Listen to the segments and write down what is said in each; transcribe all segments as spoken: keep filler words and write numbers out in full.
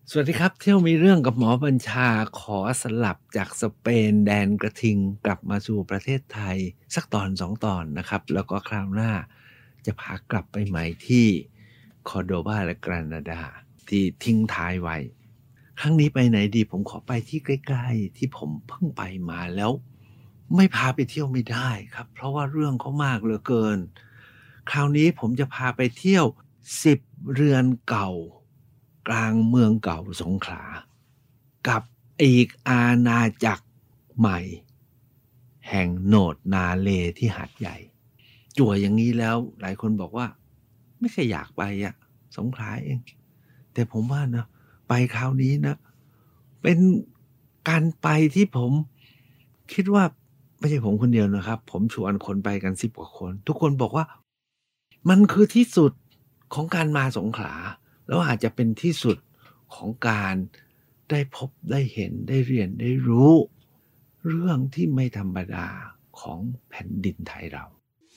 สวัสดีครับเที่ยวมีเรื่องกับหมอบัญชาขอสลับจากสเปนแดนกระทิงกลับมาสู่ประเทศไทยสักตอนสองตอนนะครับแล้วก็คราวหน้าจะพากลับไปใหม่ที่คอร์โดบาและกรานาดาที่ทิ้งท้ายไว้ครั้งนี้ไปไหนดีผมขอไปที่ใกล้ๆที่ผมเพิ่งไปมาแล้วไม่พาไปเที่ยวไม่ได้ครับเพราะว่าเรื่องเขามากเหลือเกินคราวนี้ผมจะพาไปเที่ยวสิบเรือนเก่ากลางเมืองเก่าสงขลากับอีกอาณาจักรใหม่แห่งโหนดนาเลที่หาดใหญ่จั่วอย่างนี้แล้วหลายคนบอกว่าไม่เคยอยากไปอะสงขลาเองแต่ผมว่านะไปคราวนี้นะเป็นการไปที่ผมคิดว่าไม่ใช่ผมคนเดียวนะครับผมชวนคนไปกันสิบกว่าคนทุกคนบอกว่ามันคือที่สุดของการมาสงขลาแล้วอาจจะเป็นที่สุดของการได้พบได้เห็นได้เรียนได้รู้เรื่องที่ไม่ธรรมดาของแผ่นดินไทยเรา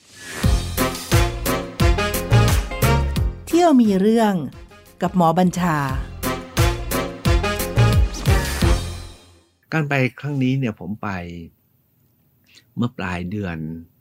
เที่ยวมีเรื่องกับหมอบัญชาการไปครั้งนี้เนี่ยผมไปเมื่อปลายเดือน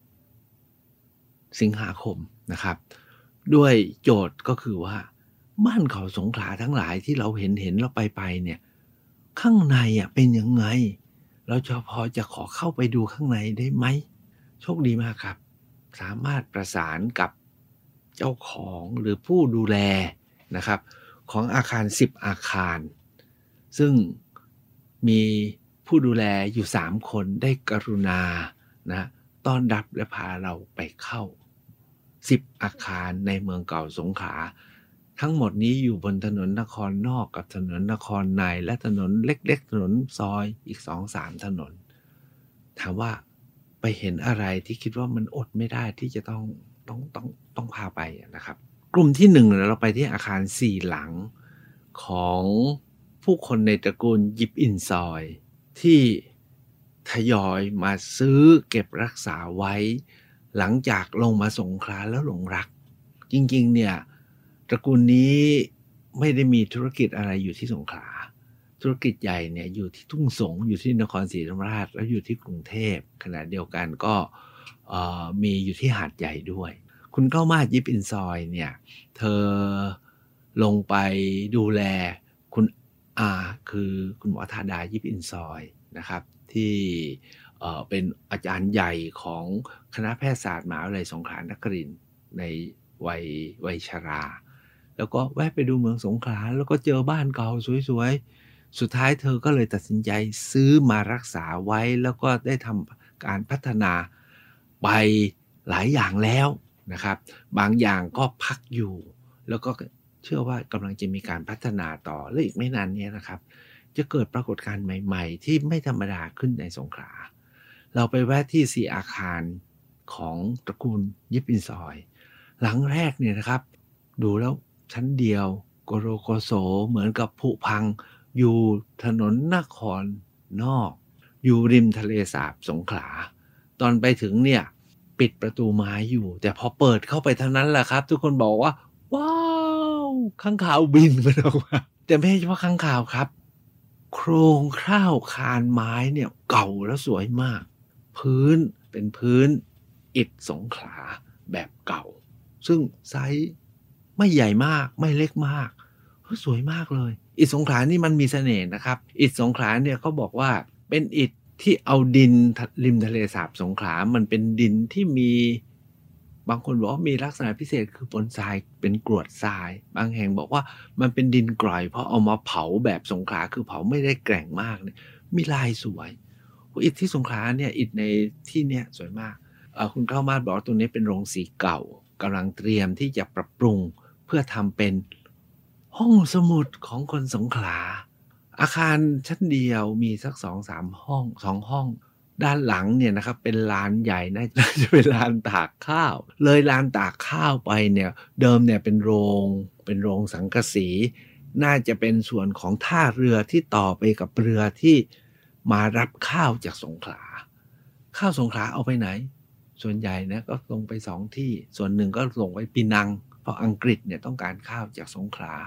สิงหาคมนะครับด้วยโจทย์ก็คือว่าบ้านเขาสงขลาทั้งหลายที่เราเห็นเห็นเราไปไปเนี่ยข้างในอ่ะเป็นยังไงเราจะพอจะขอเข้าไปดูข้างในได้ไหมโชคดีมากครับสามารถประสานกับเจ้าของหรือผู้ดูแลนะครับของอาคารสิบอาคารซึ่งมีผู้ดูแลอยู่สามคนได้กรุณานะต้อนรับและพาเราไปเข้าสิบอาคารในเมืองเก่าสงขลาทั้งหมดนี้อยู่บนถนนนครนอกกับถนนนครในและถนนเล็กๆถนนซอยอีก สองสาม ถนนถามว่าไปเห็นอะไรที่คิดว่ามันอดไม่ได้ที่จะต้องต้องต้องต้องพาไปนะครับกลุ่มที่หนึ่งเราไปที่อาคารสี่หลังของผู้คนในตระกูลยิปอินซอยที่ทยอยมาซื้อเก็บรักษาไว้หลังจากลงมาสงขลาแล้วหลงรักจริงๆเนี่ยตระกูลนี้ไม่ได้มีธุรกิจอะไรอยู่ที่สงขลาธุรกิจใหญ่เนี่ยอยู่ที่ทุ่งสงอยู่ที่นครศรีธรรมราชแล้วอยู่ที่กรุงเทพขณะเดียวกันก็มีอยู่ที่หาดใหญ่ด้วยคุณก้าวมาศยิปอินซอยเนี่ยเธอลงไปดูแลคุณอาคือคุณหมอธาดายิปอินซอยนะครับที่เอ่อเป็นอาจารย์ใหญ่ของคณะแพทยศาสตร์มหาวิทยาลัยสงขลานครินทร์ในวัยวัยชราแล้วก็แวะไปดูเมืองสงขลาแล้วก็เจอบ้านเก่าสวยๆสุดท้ายเธอก็เลยตัดสินใจซื้อมารักษาไว้แล้วก็ได้ทำการพัฒนาไปหลายอย่างแล้วนะครับบางอย่างก็พักอยู่แล้วก็เชื่อว่ากำลังจะมีการพัฒนาต่อและอีกไม่นานนี้นะครับจะเกิดปรากฏการณ์ใหม่ๆที่ไม่ธรรมดาขึ้นในสงขลาเราไปแวะที่สี่อาคารของตระกูลยิปอินซอยหลังแรกเนี่ยนะครับดูแล้วชั้นเดียวโกโรโกโสเหมือนกับผุพังอยู่ถนนนครนอกอยู่ริมทะเลสาบสงขลาตอนไปถึงเนี่ยปิดประตูไม้อยู่แต่พอเปิดเข้าไปเท่านั้นแหละครับทุกคนบอกว่าว้าวค้างคาวบินมาออกมาแต่ไม่ใช่เฉพาะค้างคาวครับโครงข้าวคานไม้เนี่ยเก่าแล้วสวยมากพื้นเป็นพื้นอิฐสงขลาแบบเก่าซึ่งไซส์ไม่ใหญ่มากไม่เล็กมากสวยมากเลยอิฐสงขลานี่มันมีเสน่ห์นะครับอิฐสงขลาเนี่ยเขาบอกว่าเป็นอิฐที่เอาดินริมทะเลสาบสงขลามันเป็นดินที่มีบางคนบอกว่ามีลักษณะพิเศษคือบนทรายเป็นกรวดทรายบางแห่งบอกว่ามันเป็นดินกร่อยเพราะเอามาเผาแบบสงขลาคือเผาไม่ได้แกร่งมากเนี่ยมีลายสวยอิฐที่สงขลาเนี่ยอิฐในที่เนี้ยสวยมากคุณเข้ามาบอกว่าตรงนี้เป็นโรงสีเก่ากำลังเตรียมที่จะปรับปรุงเพื่อทำเป็นห้องสมุดของคนสงขลาอาคารชั้นเดียวมีสัก สองสาม ห้องสองห้องด้านหลังเนี่ยนะครับเป็นลานใหญ่น่าจะเป็นลานตากข้าวเลยลานตากข้าวไปเนี่ยเดิมเนี่ยเป็นโรงเป็นโรงสังกะสีน่าจะเป็นส่วนของท่าเรือที่ต่อไปกับเรือที่มารับข้าวจากสงขลาข้าวสงขลาเอาไปไหนส่วนใหญ่นะก็ลงไปสองที่ส่วนหนึ่งก็ลงไปปีนังเพราะอังกฤษเนี่ยต้องการข้าวจากสงขลา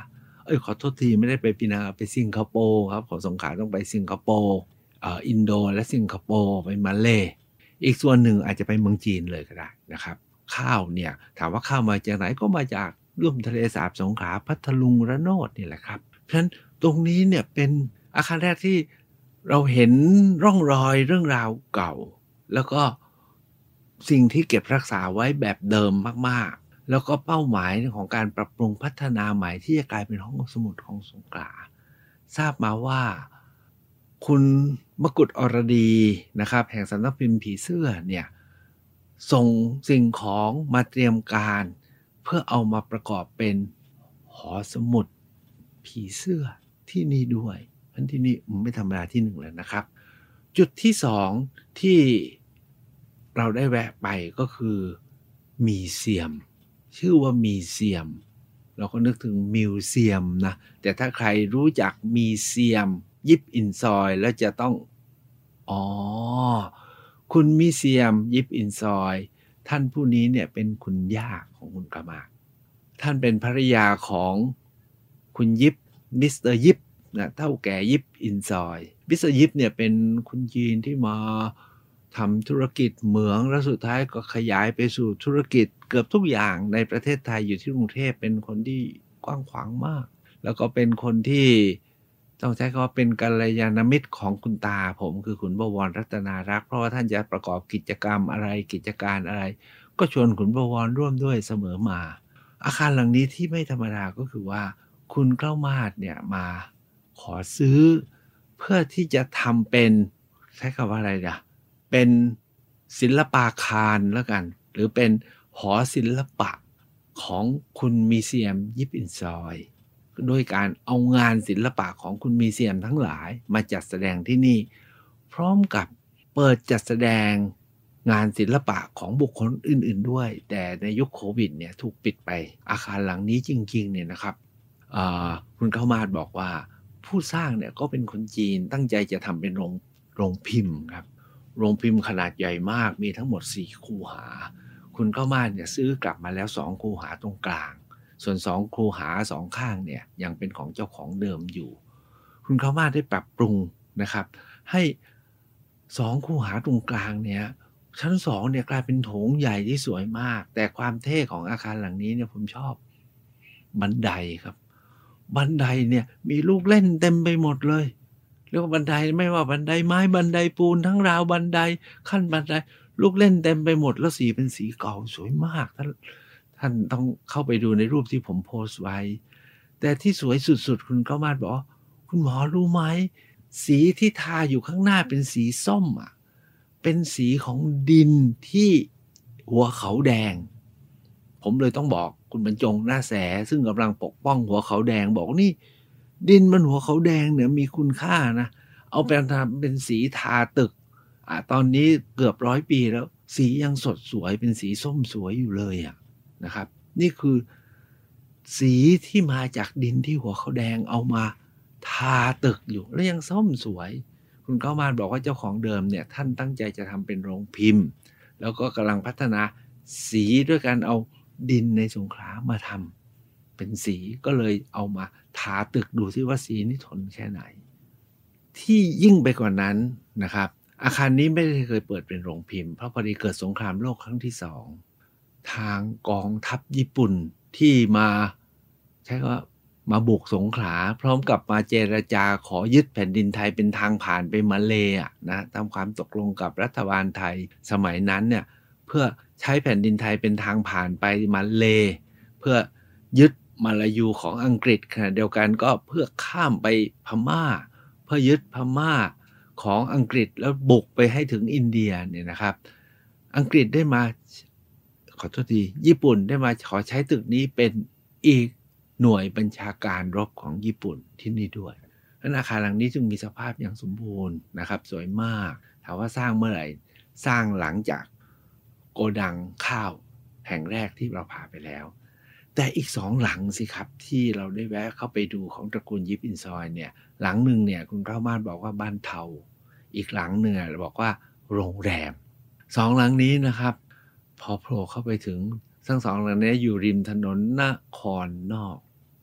เอ้ยขอโทษทีไม่ได้ไปปีนังไปสิงคโปร์ครับของสงขลาต้องไปสิงคโปร์เอ่ออินโดและสิงคโปร์ไปมาเลย์อีกส่วนหนึ่งอาจจะไปเมืองจีนเลยก็ได้นะครับข้าวเนี่ยถามว่าข้าวมาจากไหนก็มาจากลุ่มทะเลสาบสงขลาพัทลุงระโนดนี่แหละครับเพราะฉะนั้นตรงนี้เนี่ยเป็นอาคารแรกที่เราเห็นร่องรอยเรื่องราวเก่าแล้วก็สิ่งที่เก็บรักษาไว้แบบเดิมมากๆแล้วก็เป้าหมายของการปรับปรุงพัฒนาใหม่ที่จะกลายเป็นห้องสมุดของสงขลาทราบมาว่าคุณมกุฎอรดีนะครับแห่งสำนักพิมพ์ผีเสื้อเนี่ยส่งสิ่งของมาเตรียมการเพื่อเอามาประกอบเป็นหอสมุดผีเสื้อที่นี่ด้วยอันที่นี่ไม่ธรรมดาที่หนึ่งแล้วนะครับจุดที่สองที่เราได้แวะไปก็คือมีเซียมชื่อว่ามีเซียมเราก็นึกถึงมิวเซียมนะแต่ถ้าใครรู้จักมีเซียมยิปอินซอยแล้วจะต้องอ๋อคุณมีเซียมยิปอินซอยท่านผู้นี้เนี่ยเป็นคุณย่าของคุณกะมาท่านเป็นภริยาของคุณยิปมิสเตอร์ยิปนะเท่าแก่ยิปอินซอยมิสเตอร์ยิปเนี่ยเป็นคนจีนที่มาทำธุรกิจเหมืองแล้วสุดท้ายก็ขยายไปสู่ธุรกิจเกือบทุกอย่างในประเทศไทยอยู่ที่กรุงเทพเป็นคนที่กว้างขวางมากแล้วก็เป็นคนที่ต้องใช้คำว่าเป็นกัลยาณมิตรของคุณตาผมคือคุณบวรรัตนารักษ์เพราะว่าท่านจะประกอบกิจกรรมอะไรกิจการอะไรก็ชวนคุณบวรร่วมด้วยเสมอมาอาคารหลังนี้ที่ไม่ธรรมดาก็คือว่าคุณเกล้ามาศเนี่ยมาขอซื้อเพื่อที่จะทำเป็นใช้คำว่าอะไรนะเป็นศิลปาคารแล้วกันหรือเป็นหอศิลปะของคุณมีเซียมยิปอินซอยโดยการเอางานศิลปะของคุณมีเซียมทั้งหลายมาจัดแสดงที่นี่พร้อมกับเปิดจัดแสดงงานศิลปะของบุคคลอื่นๆด้วยแต่ในยุคโควิดเนี่ยถูกปิดไปอาคารหลังนี้จริงๆเนี่ยนะครับคุณเกล้ามาศบอกว่าผู้สร้างเนี่ยก็เป็นคนจีนตั้งใจจะทำเป็นโรงโรงพิมพ์ครับโรงพิมพ์ขนาดใหญ่มากมีทั้งหมดสี่คูหาคุณเกล้ามาศเนี่ยซื้อกลับมาแล้วสองคูหาตรงกลางส่วนสองคูหาสองข้างเนี่ยยังเป็นของเจ้าของเดิมอยู่คุณเกล้ามาศได้ปรับปรุงนะครับให้สองคูหาตรงกลางเนี่ยชั้นสองเนี่ยกลายเป็นโถงใหญ่ที่สวยมากแต่ความเท่ของอาคารหลังนี้เนี่ยผมชอบบันไดครับบันไดเนี่ยมีลูกเล่นเต็มไปหมดเลยเรียกว่าบันไดไม่ว่าบันไดไม้บันไดปูนทั้งราวบันไดขั้นบันไดลูกเล่นเต็มไปหมดแล้วสีเป็นสีเก่าสวยมากท่านท่านต้องเข้าไปดูในรูปที่ผมโพสต์ไว้แต่ที่สวยสุดๆคุณเกล้ามาศบอกคุณหมอรู้ไหมสีที่ทาอยู่ข้างหน้าเป็นสีส้มอ่ะเป็นสีของดินที่หัวเขาแดงผมเลยต้องบอกคุณบรรจงหน้าแสซึ่งกำลังปกป้องหัวเขาแดงบอกนี่ดินมันหัวเขาแดงเนี่ยมีคุณค่านะเอาไปทำเป็นสีทาตึกอ่ะตอนนี้เกือบร้อยปีแล้วสียังสดสวยเป็นสีส้มสวยอยู่เลยอ่ะนะครับนี่คือสีที่มาจากดินที่หัวเขาแดงเอามาทาตึกอยู่แล้วยังส้มสวยคุณเกล้ามาศบอกว่าเจ้าของเดิมเนี่ยท่านตั้งใจจะทำเป็นโรงพิมพ์แล้วก็กำลังพัฒนาสีด้วยการเอาดินในสงขลามาทำเป็นสีก็เลยเอามาทาตึกดูซิว่าสีนี้ทนแค่ไหนที่ยิ่งไปกว่านั้นนะครับอาคารนี้ไม่ได้เคยเปิดเป็นโรงพิมพ์เพราะพอดีเกิดสงครามโลกครั้งที่สองทางกองทัพญี่ปุ่นที่มาใช้ว่ามาบุกสงขลาพร้อมกับมาเจรจาขอยึดแผ่นดินไทยเป็นทางผ่านไปมาเลย์นะทำความตกลงกับรัฐบาลไทยสมัยนั้นเนี่ยเพื่อใช้แผ่นดินไทยเป็นทางผ่านไปมาเลย์เพื่อยึดมาลายูของอังกฤษขณะเดียวกันก็เพื่อข้ามไปพม่าเพื่อยึดพม่าของอังกฤษแล้วบุกไปให้ถึงอินเดียเนี่ยนะครับอังกฤษได้มาขอโทษทีญี่ปุ่นได้มาขอใช้ตึกนี้เป็นอีกหน่วยบัญชาการรบของญี่ปุ่นที่นี่ด้วยอาคารหลังนี้จึงมีสภาพอย่างสมบูรณ์นะครับสวยมากถามว่าสร้างเมื่อไหร่สร้างหลังจากโกดังข้าวแห่งแรกที่เราพาไปแล้วแต่อีกสองหลังสิครับที่เราได้แวะเข้าไปดูของตระกูลยิปอินซอยเนี่ยหลังหนึ่งเนี่ยคุณเกล้ามาศบอกว่าบ้านเทาอีกหลังหนึ่งบอกว่าโรงแรมสองหลังนี้นะครับพอโผล่เข้าไปถึงทั้งสองหลังนี้อยู่ริมถนนนครนอก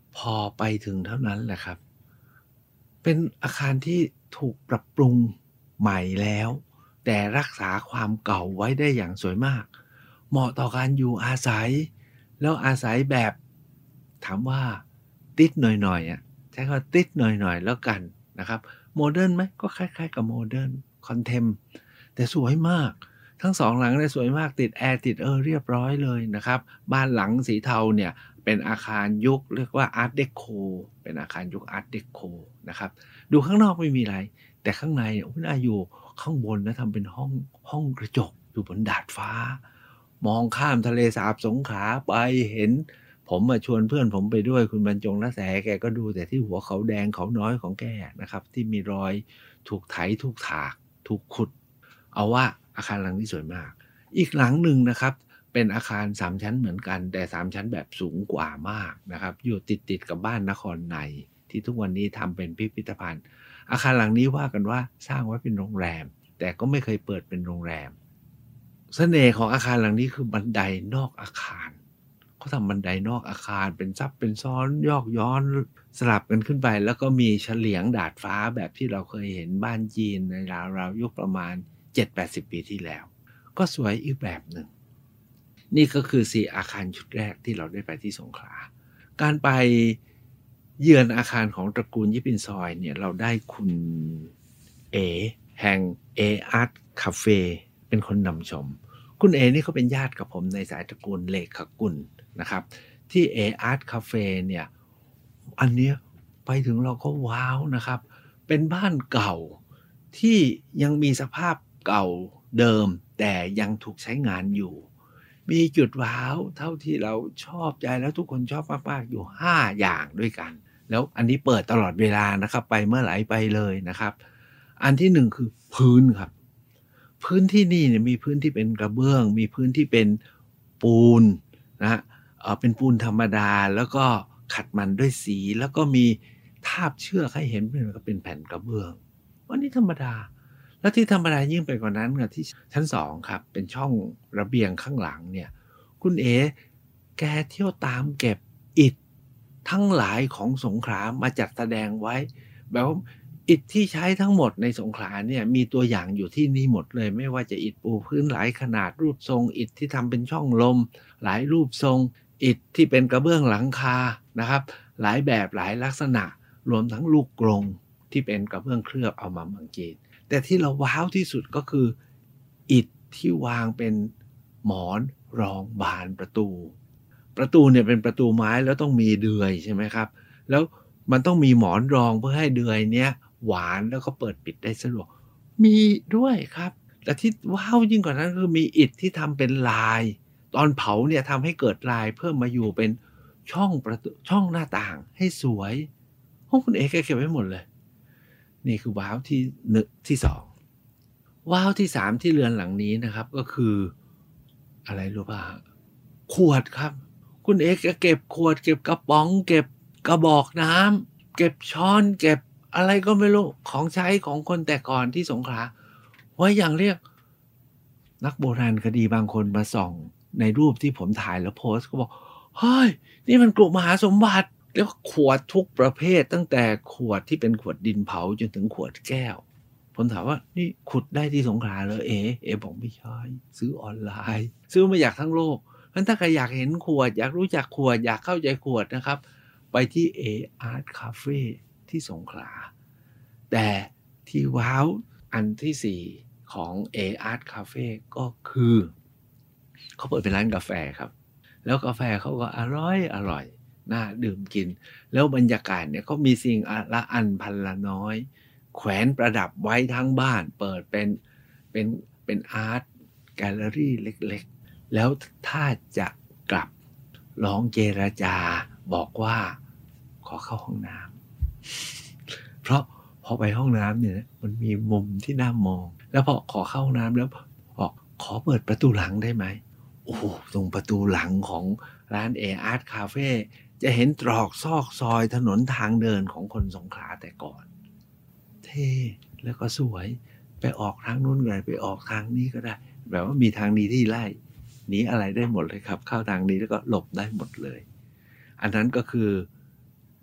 พอไปถึงเท่านั้นแหละครับเป็นอาคารที่ถูกปรับปรุงใหม่แล้วแต่รักษาความเก่าไว้ได้อย่างสวยมากเหมาะต่อการอยู่อาศัยแล้วอาศัยแบบถามว่าติดหน่อยๆอะใช้คำว่าติดหน่อยๆแล้วกันนะครับโมเดิร์นไหมก็คล้ายๆกับโมเดิร์นคอนเทมแต่สวยมากทั้งสองหลังเนี่ยสวยมากติดแอร์ติดเออเรียบร้อยเลยนะครับบ้านหลังสีเทาเนี่ยเป็นอาคารยุคเรียกว่าอาร์ตเดโคเป็นอาคารยุคอาร์ตเดโคนะครับดูข้างนอกไม่มีอะไรแต่ข้างในโอ้น่าอยู่ข้างบนนะทำเป็นห้องห้องกระจกอยู่บนดาดฟ้ามองข้ามทะเลสาบสงขลาไปเห็นผมมาชวนเพื่อนผมไปด้วยคุณบรรจงและแสแกก็ดูแต่ที่หัวเขาแดงเขาน้อยของแกนะครับที่มีรอยถูกไถถูกถากถูกขุดเอาว่าอาคารหลังนี้สวยมากอีกหลังหนึ่งนะครับเป็นอาคารสามชั้นเหมือนกันแต่สามชั้นแบบสูงกว่ามากนะครับอยู่ติดติดกับบ้านนครในที่ทุกวันนี้ทำเป็นพิพิธภัณฑ์อาคารหลังนี้ว่ากันว่าสร้างไว้เป็นโรงแรมแต่ก็ไม่เคยเปิดเป็นโรงแรมเสน่ห์ของอาคารหลังนี้คือบันไดนอกอาคารเขาทำบันไดนอกอาคารเป็นซับเป็นซ้อนยอกย้อนสลับกันขึ้นไปแล้วก็มีเฉลียงดาดฟ้าแบบที่เราเคยเห็นบ้านจีนในราวๆยุคประมาณ เจ็ดถึงแปดสิบ ปีที่แล้วก็สวยอีกแบบหนึ่งนี่ก็คือสี่อาคารชุดแรกที่เราได้ไปที่สงขลาการไปเยือนอาคารของตระกูลยิปปินซอยเนี่ยเราได้คุณเอแห่งเออาร์ตคาเฟ่เป็นคนนำชมคุณเอนี่เขาเป็นญาติกับผมในสายตระกูลเลขกุลนะครับที่เออาร์ตคาเฟ่เนี่ยอันเนี้ยไปถึงเราก็ว้าวนะครับเป็นบ้านเก่าที่ยังมีสภาพเก่าเดิมแต่ยังถูกใช้งานอยู่มีจุดว้าวเท่าที่เราชอบใจแล้วทุกคนชอบมากๆอยู่ห้าอย่างด้วยกันแล้วอันนี้เปิดตลอดเวลานะครับไปเมื่อไหร่ไปเลยนะครับอันที่หนึ่งคือพื้นครับพื้นที่นี่เนี่ยมีพื้นที่เป็นกระเบื้องมีพื้นที่เป็นปูนนะฮะเอ่อเป็นปูนธรรมดาแล้วก็ขัดมันด้วยสีแล้วก็มีทาบเชือกให้เห็นเป็นก็เป็นแผ่นกระเบื้องวันนี้ธรรมดาแล้วที่ธรรมดายิ่งไปกว่านั้นที่ชั้นสองครับเป็นช่องระเบียงข้างหลังเนี่ยคุณเอ๋แกเที่ยวตามเก็บอิฐทั้งหลายของสงขลามาจัดแสดงไว้แบบว่าอิฐที่ใช้ทั้งหมดในสงขลาเนี่ยมีตัวอย่างอยู่ที่นี่หมดเลยไม่ว่าจะอิฐปูพื้นหลายขนาดรูปทรงอิฐที่ทำเป็นช่องลมหลายรูปทรงอิฐที่เป็นกระเบื้องหลังคานะครับหลายแบบหลายลักษณะรวมทั้งลูกกรงที่เป็นกระเบื้องเคลือบเอามาเมืองจีนแต่ที่เราว้าวที่สุดก็คืออิฐที่วางเป็นหมอนรองบานประตูประตูเนี่ยเป็นประตูไม้แล้วต้องมีเดือยใช่ไหมครับแล้วมันต้องมีหมอนรองเพื่อให้เดือยเนี้ยหวานแล้วก็เปิดปิดได้สะดวกมีด้วยครับแต่ที่ว้าวยิ่งกว่านั้นคือมีอิฐที่ทำเป็นลายตอนเผาเนี่ยทำให้เกิดลายเพิ่มมาอยู่เป็นช่องประตูช่องหน้าต่างให้สวยห้องคุณเอกเก็บไว้หมดเลยนี่คือว้าวที่หนึ่งที่สองว้าวที่สามที่เรือนหลังนี้นะครับก็คืออะไรรู้ป่ะขวดครับคุณเอกเก็บขวดเก็บกระป๋องเก็บกระบอกน้ำเก็บช้อนเก็บอะไรก็ไม่รู้ของใช้ของคนแต่ก่อนที่สงขลาไว้อย่างเรียกนักโบราณคดีบางคนมาส่องในรูปที่ผมถ่ายแล้วโพสต์ก็บอกเฮ้ยนี่มันกลุ่มมหาสมบัติแล้วขวดทุกประเภทตั้งแต่ขวดที่เป็นขวดดินเผาจนถึงขวดแก้วผมถามว่านี่ขุดได้ที่สงขลาเลยเอ๋เอ๋บอกไม่ใช่ซื้อออนไลน์ซื้อมาจากทั้งโลกเพราะฉะนั้นถ้าใครอยากเห็นขวดอยากรู้จักขวดอยากเข้าใจขวดนะครับไปที่ เอ อาร์ต Cafe ที่สงขลาแต่ที่ว้าวอันที่สี่ของ เอ อาร์ต Cafe ก็คือเขาเปิดเป็นร้านกาแฟครับแล้วกาแฟเขาก็อร่อยอร่อยน่าดื่มกินแล้วบรรยากาศเนี่ยก็มีสิ่งละอันพันละน้อยแขวนประดับไว้ทั้งบ้านเปิดเป็นเป็นเป็นอาร์ตแกลเลอรี่เล็กๆแล้วถ้าจะกลับลองเจรจาบอกว่าขอเข้าห้องน้ำเพราะพอไปห้องน้ำเนี่ยมันมีมุมที่น่ามองแล้วพอขอเข้าห้องน้ำแล้วบอกขอเปิดประตูหลังได้ไหมโอ้ตรงประตูหลังของร้าน เอ อาร์ต Cafe จะเห็นตรอกซอกซอยถนนทางเดินของคนสงขลาแต่ก่อนเท่แล้วก็สวยไปออกทางนู้นก็ได้ไปออกทางนี้ก็ได้แบบว่ามีทางนี้ที่ไล่หนีอะไรได้หมดเลยครับเข้าทางนี้แล้วก็หลบได้หมดเลยอันนั้นก็คือ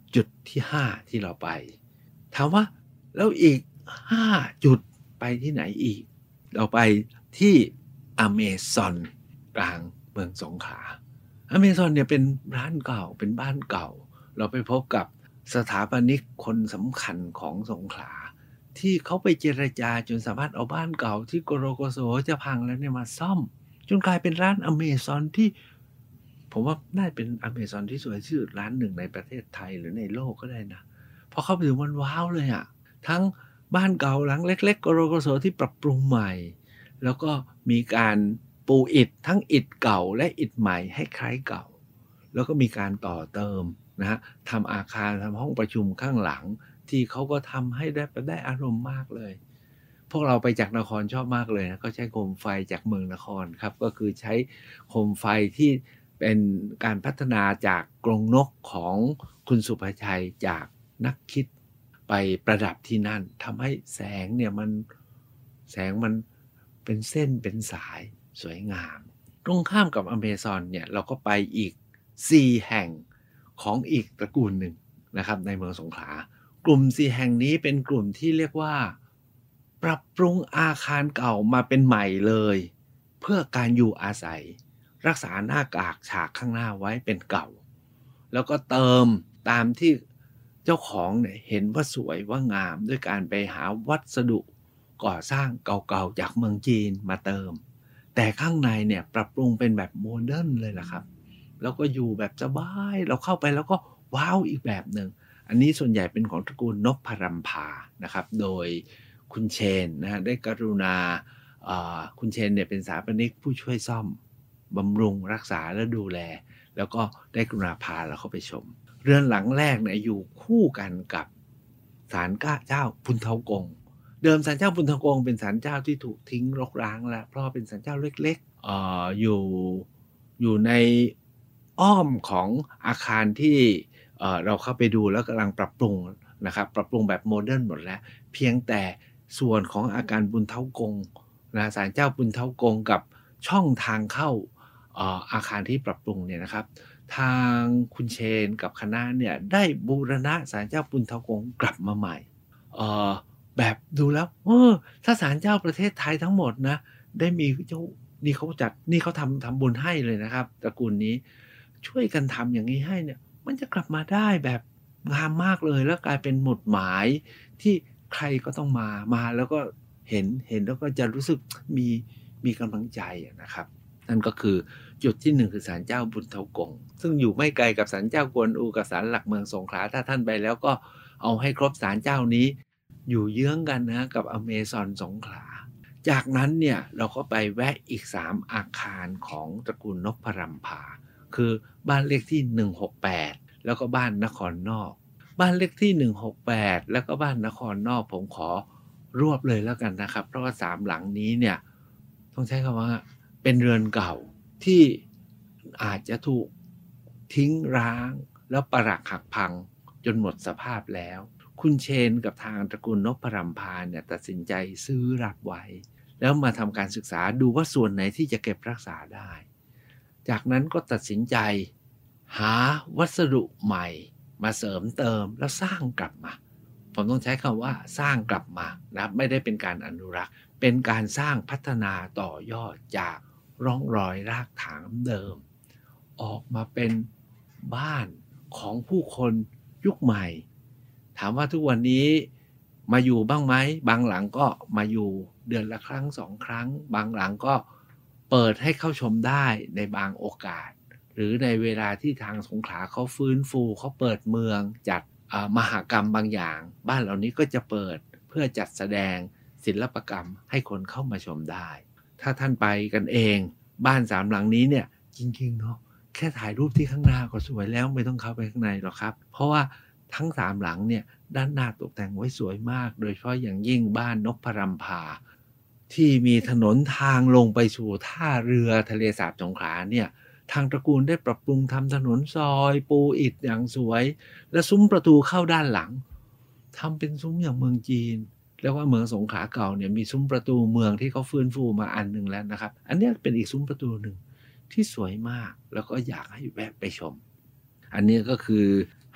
จุดที่ห้าที่เราไปถามว่าแล้วอีกห้าจุดไปที่ไหนอีกเราไปที่อเมซอนกลางเมืองสงขลาอเมซอนเนี่ยเป็นร้านเก่าเป็นบ้านเก่าเราไปพบกับสถาปนิกคนสำคัญของสงขลาที่เขาไปเจรจาจนสามารถเอาบ้านเก่าที่โกโรโกโซจะพังแล้วเนี่ยมาซ่อมจนกลายเป็นร้านอเมซอนที่ผมว่าน่าเป็นอเมซอนที่สวยที่สุดร้านหนึ่งในประเทศไทยหรือในโลกก็ได้นะพอเข้าไปถึงมันว้าวเลยอะทั้งบ้านเก่าหลังเล็กๆโกโรโกโซที่ปรับปรุงใหม่แล้วก็มีการปูอิฐทั้งอิฐเก่าและอิฐใหม่ให้คล้ายเก่าแล้วก็มีการต่อเติมนะฮะทำอาคารทำห้องประชุมข้างหลังที่เขาก็ทำให้ได้ได้อารมณ์มากเลยพวกเราไปจากนครชอบมากเลยนะก็ใช้โคมไฟจากเมืองนครครับก็คือใช้โคมไฟที่เป็นการพัฒนาจากกรงนกของคุณสุภชัยจากนักคิดไปประดับที่นั่นทำให้แสงเนี่ยมันแสงมันเป็นเส้นเป็นสายสวยงามตรงข้ามกับอเมซอนเนี่ยเราก็ไปอีกสี่แห่งของอีกตระกูลหนึ่งนะครับในเมืองสงขลากลุ่มสี่แห่งนี้เป็นกลุ่มที่เรียกว่าปรับปรุงอาคารเก่ามาเป็นใหม่เลยเพื่อการอยู่อาศัยรักษาหน้ากากฉากข้างหน้าไว้เป็นเก่าแล้วก็เติมตามที่เจ้าของเนี่ยเห็นว่าสวยว่างามด้วยการไปหาวัสดุก่อสร้างเก่าๆจากเมืองจีนมาเติมแต่ข้างในเนี่ยปรับปรุงเป็นแบบโมเดิร์นเลยล่ะครับแล้วก็อยู่แบบสบายเราเข้าไปแล้วก็ว้าวอีกแบบหนึ่งอันนี้ส่วนใหญ่เป็นของตระกูลนพรัมพานะครับโดยคุณเชนนะได้กรุณาคุณเชนเนี่ยเป็นสถาปนิกผู้ช่วยซ่อมบำรุงรักษาและดูแลแล้วก็ได้กรุณาพาเราเข้าไปชมเรือนหลังแรกเนี่ยอยู่คู่กันกับศาลเจ้าพุนเทากงเดิมศาลเจ้าพุนเทากงเป็นศาลเจ้าที่ถูกทิ้งรกร้างแล้วเพราะเป็นศาลเจ้าเล็กๆ เอ่อ อยู่อยู่ในอ้อมของอาคารที่เอ่อเราเข้าไปดูแล้วกำลังปรับปรุงนะครับปรับปรุงแบบโมเดิร์นหมดแล้วเพียงแต่ส่วนของอาคารบุญเท้ากงนะศาลเจ้าบุญเท้ากงกับช่องทางเข้าเอ่ออาคารที่ปรับปรุงเนี่ยนะครับทางคุณเชนกับคณะเนี่ยได้บูรณะศาลเจ้าบุญเท้ากงกลับมาใหม่เอ่อแบบดูแล้วเออถ้าศาลเจ้าประเทศไทยทั้งหมดนะได้มีเจ้านี่เขาจัดนี่เขาทำทำบุญให้เลยนะครับตระกูลนี้ช่วยกันทำอย่างนี้ให้เนี่ยมันจะกลับมาได้แบบงามมากเลยแล้วกลายเป็นหมุดหมายที่ใครก็ต้องมามาแล้วก็เห็นเห็นแล้วก็จะรู้สึกมีมีกำลังใจนะครับนั่นก็คือจุดที่หนึ่งคือศาลเจ้าบุญเท้ากงซึ่งอยู่ไม่ไกลกับศาลเจ้ากวนอูกับศาลหลักเมืองสงขลาถ้าท่านไปแล้วก็เอาให้ครบศาลเจ้านี้อยู่เยื้องกันนะกับอเมซอนสงขลาจากนั้นเนี่ยเราก็ไปแวะอีกสามอาคารของตระกูลนพรัมพาคือบ้านเลขที่หนึ่งหกแปดแล้วก็บ้านนครนอกบ้านเลขที่หนึ่งหกแปดแล้วก็บ้านนครนอกผมขอรวบเลยแล้วกันนะครับเพราะว่าสามหลังนี้เนี่ยต้องใช้คำว่าเป็นเรือนเก่าที่อาจจะถูกทิ้งร้างแล้วปรักหักพังจนหมดสภาพแล้วคุณเชนกับทางตระกูลนพรัมพาเนี่ยตัดสินใจซื้อรับไว้แล้วมาทำการศึกษาดูว่าส่วนไหนที่จะเก็บรักษาได้จากนั้นก็ตัดสินใจหาวัสดุใหม่มาเสริมเติมแล้วสร้างกลับมาผมต้องใช้คำว่าสร้างกลับมานะไม่ได้เป็นการอนุรักษ์เป็นการสร้างพัฒนาต่อยอดจากร่องรอยรากฐานเดิมออกมาเป็นบ้านของผู้คนยุคใหม่ถามว่าทุกวันนี้มาอยู่บ้างไหมบางหลังก็มาอยู่เดือนละครั้งสองครั้งบางหลังก็เปิดให้เข้าชมได้ในบางโอกาสหรือในเวลาที่ทางสงขลาเขาฟื้นฟูเขาเปิดเมืองจัดมหกรรมบางอย่างบ้านเหล่านี้ก็จะเปิดเพื่อจัดแสดงศิลปกรรมให้คนเข้ามาชมได้ถ้าท่านไปกันเองบ้านสามหลังนี้เนี่ยจริงๆเนาะแค่ถ่ายรูปที่ข้างหน้าก็สวยแล้วไม่ต้องเข้าไปข้างในหรอกครับเพราะว่าทั้งสามหลังเนี่ยด้านหน้าตกแต่งไว้สวยมากโดยเฉพาะอย่างยิ่งบ้านนพรัมพาที่มีถนนทางลงไปสู่ท่าเรือทะเลสาบสงขลาเนี่ยทางตระกูลได้ปรับปรุงทำถนนซอยปูอิฐอย่างสวยและซุ้มประตูเข้าด้านหลังทำเป็นซุ้มอย่างเมืองจีนแล้วว่าเมืองสงขลาเก่าเนี่ยมีซุ้มประตูเมืองที่เขาฟื้นฟูมาอันหนึ่งแล้วนะครับอันนี้เป็นอีกซุ้มประตูหนึ่งที่สวยมากแล้วก็อยากให้แวะไปชมอันนี้ก็คือ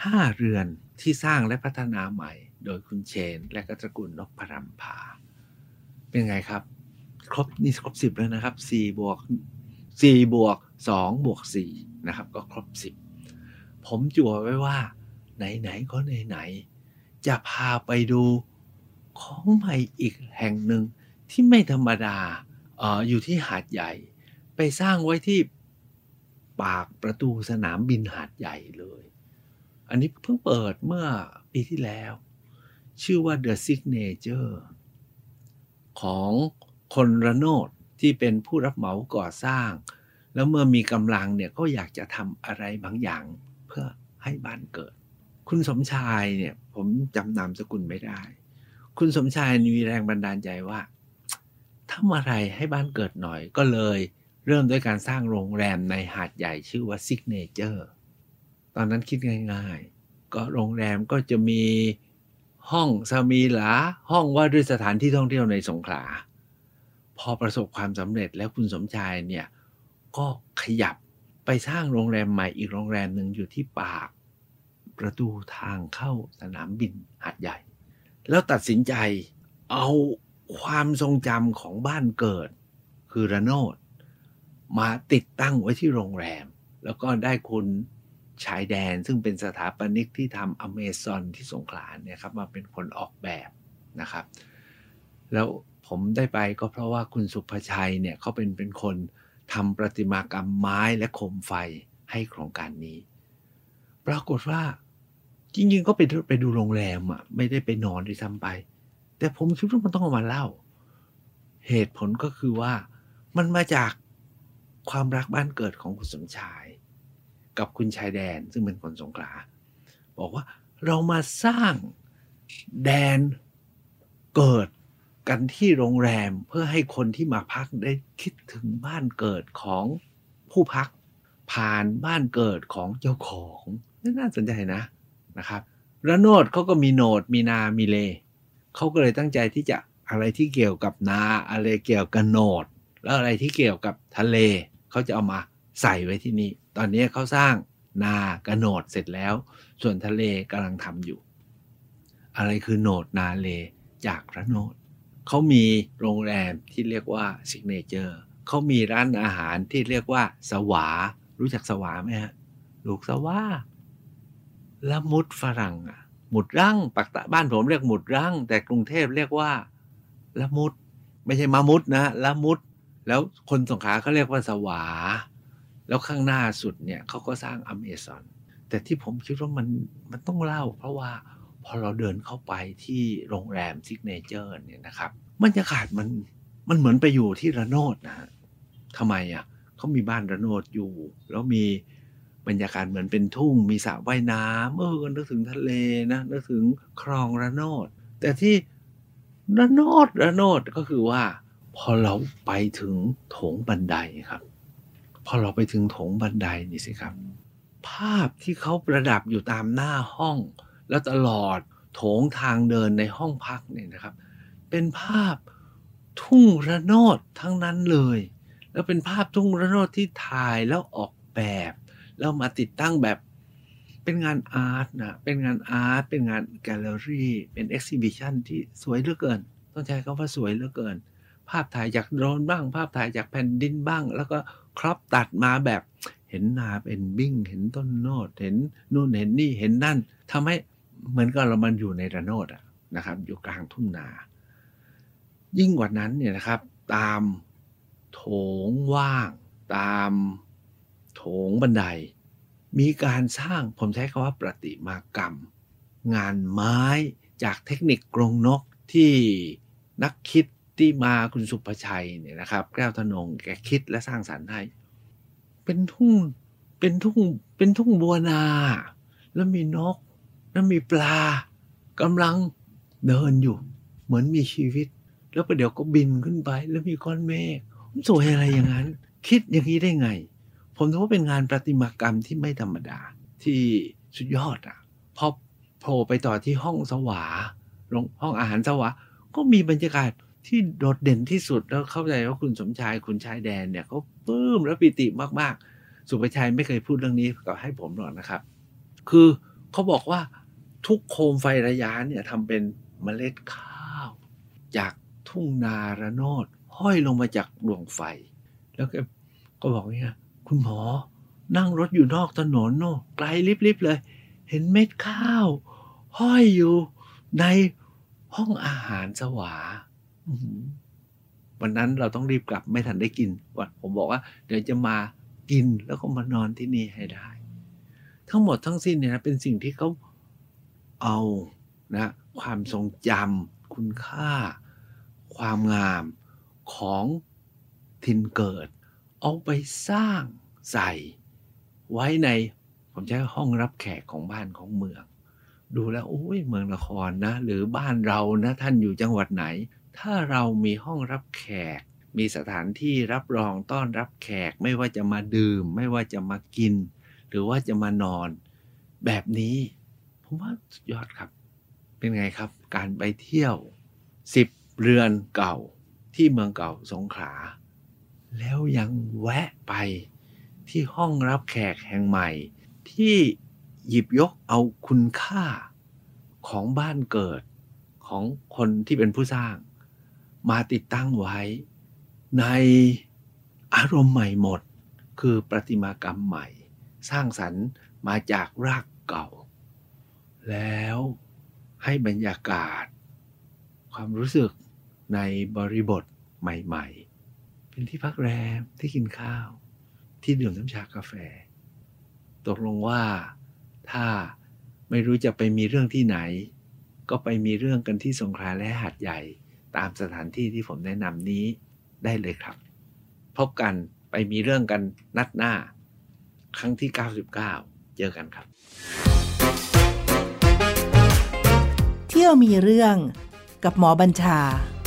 ห้าเรือนที่สร้างและพัฒนาใหม่โดยคุณเชนและก็ตระกูลนพรำภาเป็นไงครับครบนี่ครบสิบแล้วนะครับสี่บวกสี่บวกสองบวกสี่นะครับก็ครบสิบผมจั่วไว้ว่าไหนๆก็ไหนๆจะพาไปดูของใหม่อีกแห่งหนึ่งที่ไม่ธรรมดาเอ่ออยู่ที่หาดใหญ่ไปสร้างไว้ที่ปากประตูสนามบินหาดใหญ่เลยอันนี้เพิ่งเปิดเมื่อปีที่แล้วชื่อว่า The Signature ของคนระโนดที่เป็นผู้รับเหมาก่อสร้างแล้วเมื่อมีกำลังเนี่ยก็อยากจะทำอะไรบางอย่างเพื่อให้บ้านเกิดคุณสมชายเนี่ยผมจำนามสกุลไม่ได้คุณสมชายมีแรงบันดาลใจว่าทำอะไรให้บ้านเกิดหน่อยก็เลยเริ่มด้วยการสร้างโรงแรมในหาดใหญ่ชื่อว่า Signature ตอนนั้นคิดง่ายๆก็โรงแรมก็จะมีห้องสมีหลาห้องว่าด้วยสถานที่ท่องเที่ยวในสงขลาพอประสบความสำเร็จแล้วคุณสมชายเนี่ยก็ขยับไปสร้างโรงแรมใหม่อีกโรงแรมหนึ่งอยู่ที่ปากประตูทางเข้าสนามบินหาดใหญ่แล้วตัดสินใจเอาความทรงจำของบ้านเกิดคือระโนดมาติดตั้งไว้ที่โรงแรมแล้วก็ได้คุณชายแดนซึ่งเป็นสถาปนิกที่ทำอเมซอนที่สงขลาเนี่ยครับมาเป็นคนออกแบบนะครับแล้วผมได้ไปก็เพราะว่าคุณสุภชัยเนี่ยเขาเป็นเป็นคนทำประติมากรรมไม้และโคมไฟให้โครงการนี้ปรากฏว่าจริงๆก็ไปไปดูโรงแรมอ่ะไม่ได้ไปนอนด้วยซ้ำไปแต่ผมคิดว่ามันต้องเอามาเล่าเหตุผลก็คือว่ามันมาจากความรักบ้านเกิดของคุณสมชายกับคุณชายแดนซึ่งเป็นคนสงขลาบอกว่าเรามาสร้างแดนเกิดกันที่โรงแรมเพื่อให้คนที่มาพักได้คิดถึงบ้านเกิดของผู้พักผ่านบ้านเกิดของเจ้าของน่าสนใจนะนะครับระโนดเขาก็มีโหนดมีนามีเลเขาก็เลยตั้งใจที่จะอะไรที่เกี่ยวกับนาอะไรเกี่ยวกับโหนดแล้วอะไรที่เกี่ยวกับทะเลเขาจะเอามาใส่ไว้ที่นี่ตอนนี้เขาสร้างนากระโหนดเสร็จแล้วส่วนทะเลกำลังทำอยู่อะไรคือโหนดนาเลจากระโนดเขามีโรงแรมที่เรียกว่า Signature เขามีร้านอาหารที่เรียกว่าสวารู้จักสวาไหมฮะลูกสวาละมุดฝรั่งอ่ะหมุดรั่งปักตะบ้านผมเรียกหมุดรั่งแต่กรุงเทพเรียกว่าละมุดไม่ใช่มามุดนะละมุดแล้วคนสงขลาเขาเรียกว่าสวาแล้วข้างหน้าสุดเนี่ยเขาก็สร้างอเมซอนแต่ที่ผมคิดว่ามันมันต้องเล่าเพราะว่าพอเราเดินเข้าไปที่โรงแรม Signature เนี่ยนะครับบรรยากาศมันมันเหมือนไปอยู่ที่ระโนดนะฮะทำไมอ่ะเขามีบ้านระโนดอยู่แล้วมีบรรยากาศเหมือนเป็นทุ่งมีสระว่ายน้ำเออนึกถึงทะเลนะนึกถึงคลองระโนดแต่ที่ระโนดระโนดก็คือว่าพอเราไปถึงโถงบันไดครับพอเราไปถึงโถงบันไดนี่สิครับภาพที่เขาประดับอยู่ตามหน้าห้องแล้วตลอดโถงทางเดินในห้องพักเนี่ยนะครับเป็นภาพทุ่งระโนดทั้งนั้นเลยแล้วเป็นภาพทุ่งระโนดที่ถ่ายแล้วออกแบบแล้วมาติดตั้งแบบเป็นงานอาร์ตนะเป็นงานอาร์ตเป็นงานแกลเลอรี่เป็นเอ็กซิบิชันที่สวยเหลือเกินต้องใช้คำว่าสวยเหลือเกินภาพถ่ายจากโดรนบ้างภาพถ่ายจากแผ่นดินบ้างแล้วก็ครอปตัดมาแบบเห็นนาเป็นบิ้งเห็นต้นโนดเห็นนู่นเห็นนี่เห็นนั่นทำให้เหมือนกับเรามันอยู่ในระโนดอะนะครับอยู่กลางทุ่งนายิ่งกว่านั้นเนี่ยนะครับตามโถงว่างตามโถงบันไดมีการสร้างผมใช้คำว่าประติมากรรมงานไม้จากเทคนิคกรงนกที่นักคิดที่มาคุณสุภชัยเนี่ยนะครับแก้วธนงแกคิดและสร้างสรรค์ให้เป็นทุ่งเป็นทุ่งเป็นทุ่งบัวนาแล้วมีนกแล้วมีปลากำลังเดินอยู่เหมือนมีชีวิตแล้วประเดี๋ยวก็บินขึ้นไปแล้วมีก้อนเมฆสวยอะไรอย่างนั้นคิดอย่างนี้ได้ไงผมถือว่าเป็นงานประติมากรรมที่ไม่ธรรมดาที่สุดยอดอ่ะพอโผล่ไปต่อที่ห้องสวาห้องอาหารสวาก็มีบรรยากาศที่โดดเด่นที่สุดแล้วเข้าใจว่าคุณสมชายคุณชายแดนเนี่ยเขาปลื้มและปิติมากๆสุภชัยไม่เคยพูดเรื่องนี้กับให้ผมหรอกนะครับคือเขาบอกว่าทุกโคมไฟระย้าเนี่ยทำเป็นเมล็ดข้าวจากทุ่งนาระโนดห้อยลงมาจากดวงไฟแล้วก็ก็บอกเนี่ยคุณหมอนั่งรถอยู่นอกถนนโน่ไกลลิบๆเลยเห็นเม็ดข้าวห้อยอยู่ในห้องอาหารสวาวันนั้นเราต้องรีบกลับไม่ทันได้กินว่าผมบอกว่าเดี๋ยวจะมากินแล้วก็มานอนที่นี่ให้ได้ทั้งหมดทั้งสิ้นเนี่ยนะเป็นสิ่งที่เขาเอานะความทรงจำคุณค่าความงามของถิ่นเกิดเอาไปสร้างใส่ไว้ในผมใช้ห้องรับแขกของบ้านของเมืองดูแล้วโอ้ยเมืองนครนะหรือบ้านเรานะท่านอยู่จังหวัดไหนถ้าเรามีห้องรับแขกมีสถานที่รับรองต้อนรับแขกไม่ว่าจะมาดื่มไม่ว่าจะมากินหรือว่าจะมานอนแบบนี้ผมว่าสุดยอดครับเป็นไงครับการไปเที่ยวสิบเรือนเก่าที่เมืองเก่าสงขลาแล้วยังแวะไปที่ห้องรับแขกแห่งใหม่ที่หยิบยกเอาคุณค่าของบ้านเกิดของคนที่เป็นผู้สร้างมาติดตั้งไว้ในอารมณ์ใหม่หมดคือประติมากรรมใหม่สร้างสรรค์มาจากรากเก่าแล้วให้บรรยากาศความรู้สึกในบริบทใหม่ๆเป็นที่พักแรมที่กินข้าวที่ดื่มน้ำชากาแฟตกลงว่าถ้าไม่รู้จะไปมีเรื่องที่ไหนก็ไปมีเรื่องกันที่สงขลาและหาดใหญ่ตามสถานที่ที่ผมแนะนำนี้ได้เลยครับพบกันไปมีเรื่องกันนัดหน้าครั้งที่เก้าสิบเก้าเจอกันครับเที่ยวมีเรื่องกับหมอบัญชา